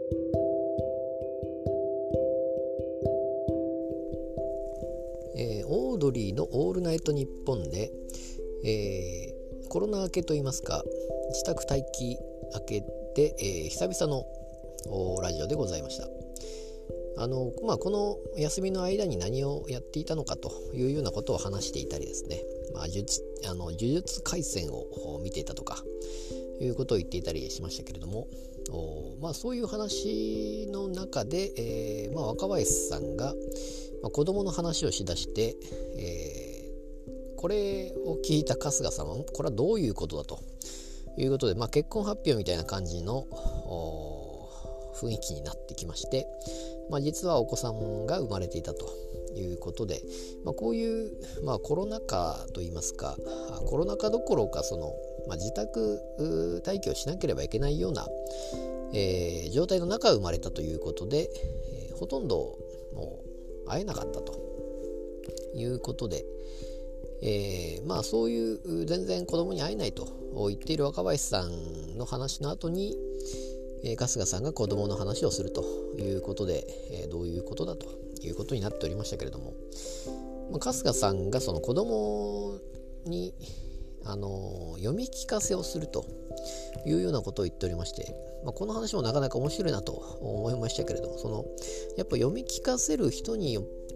オードリーのオールナイトニッポンで、コロナ明けといいますか、自宅待機明けで、久々のラジオでございました。この休みの間に何をやっていたのかというようなことを話していたりですね、呪術廻戦を見ていたとかいうことを言っていたりしましたけれども、そういう話の中で、若林さんが、子供の話をしだして、これを聞いた春日さんはこれはどういうことだということで、結婚発表みたいな感じの雰囲気になってきまして、実はお子さんが生まれていたということで、こういう、コロナ禍といいますか、コロナ禍どころか自宅待機をしなければいけないような、状態の中生まれたということで、ほとんどもう会えなかったということで、そういう全然子供に会えないと言っている若林さんの話の後に、春日さんが子供の話をするということで、どういうことだということになっておりましたけれども、春日さんがその子供に読み聞かせをするというようなことを言っておりまして、この話もなかなか面白いなと思いましたけれども、やっぱ読み聞かせる人によって、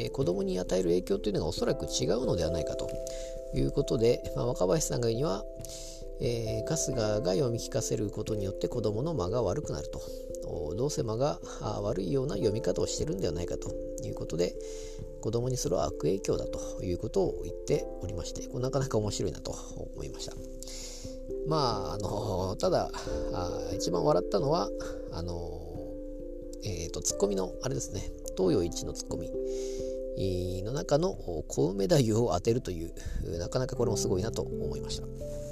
子供に与える影響というのがおそらく違うのではないかということで、若林さんが言うには、春日が読み聞かせることによって子供の間が悪くなると、どうせ間が悪いような読み方をしているんではないかということで、子供にそれは悪影響だということを言っておりまして、なかなか面白いなと思いました。ただ一番笑ったのはツッコミのあれですね、東洋一のツッコミの中の小梅太夫を当てるという、なかなかこれもすごいなと思いました。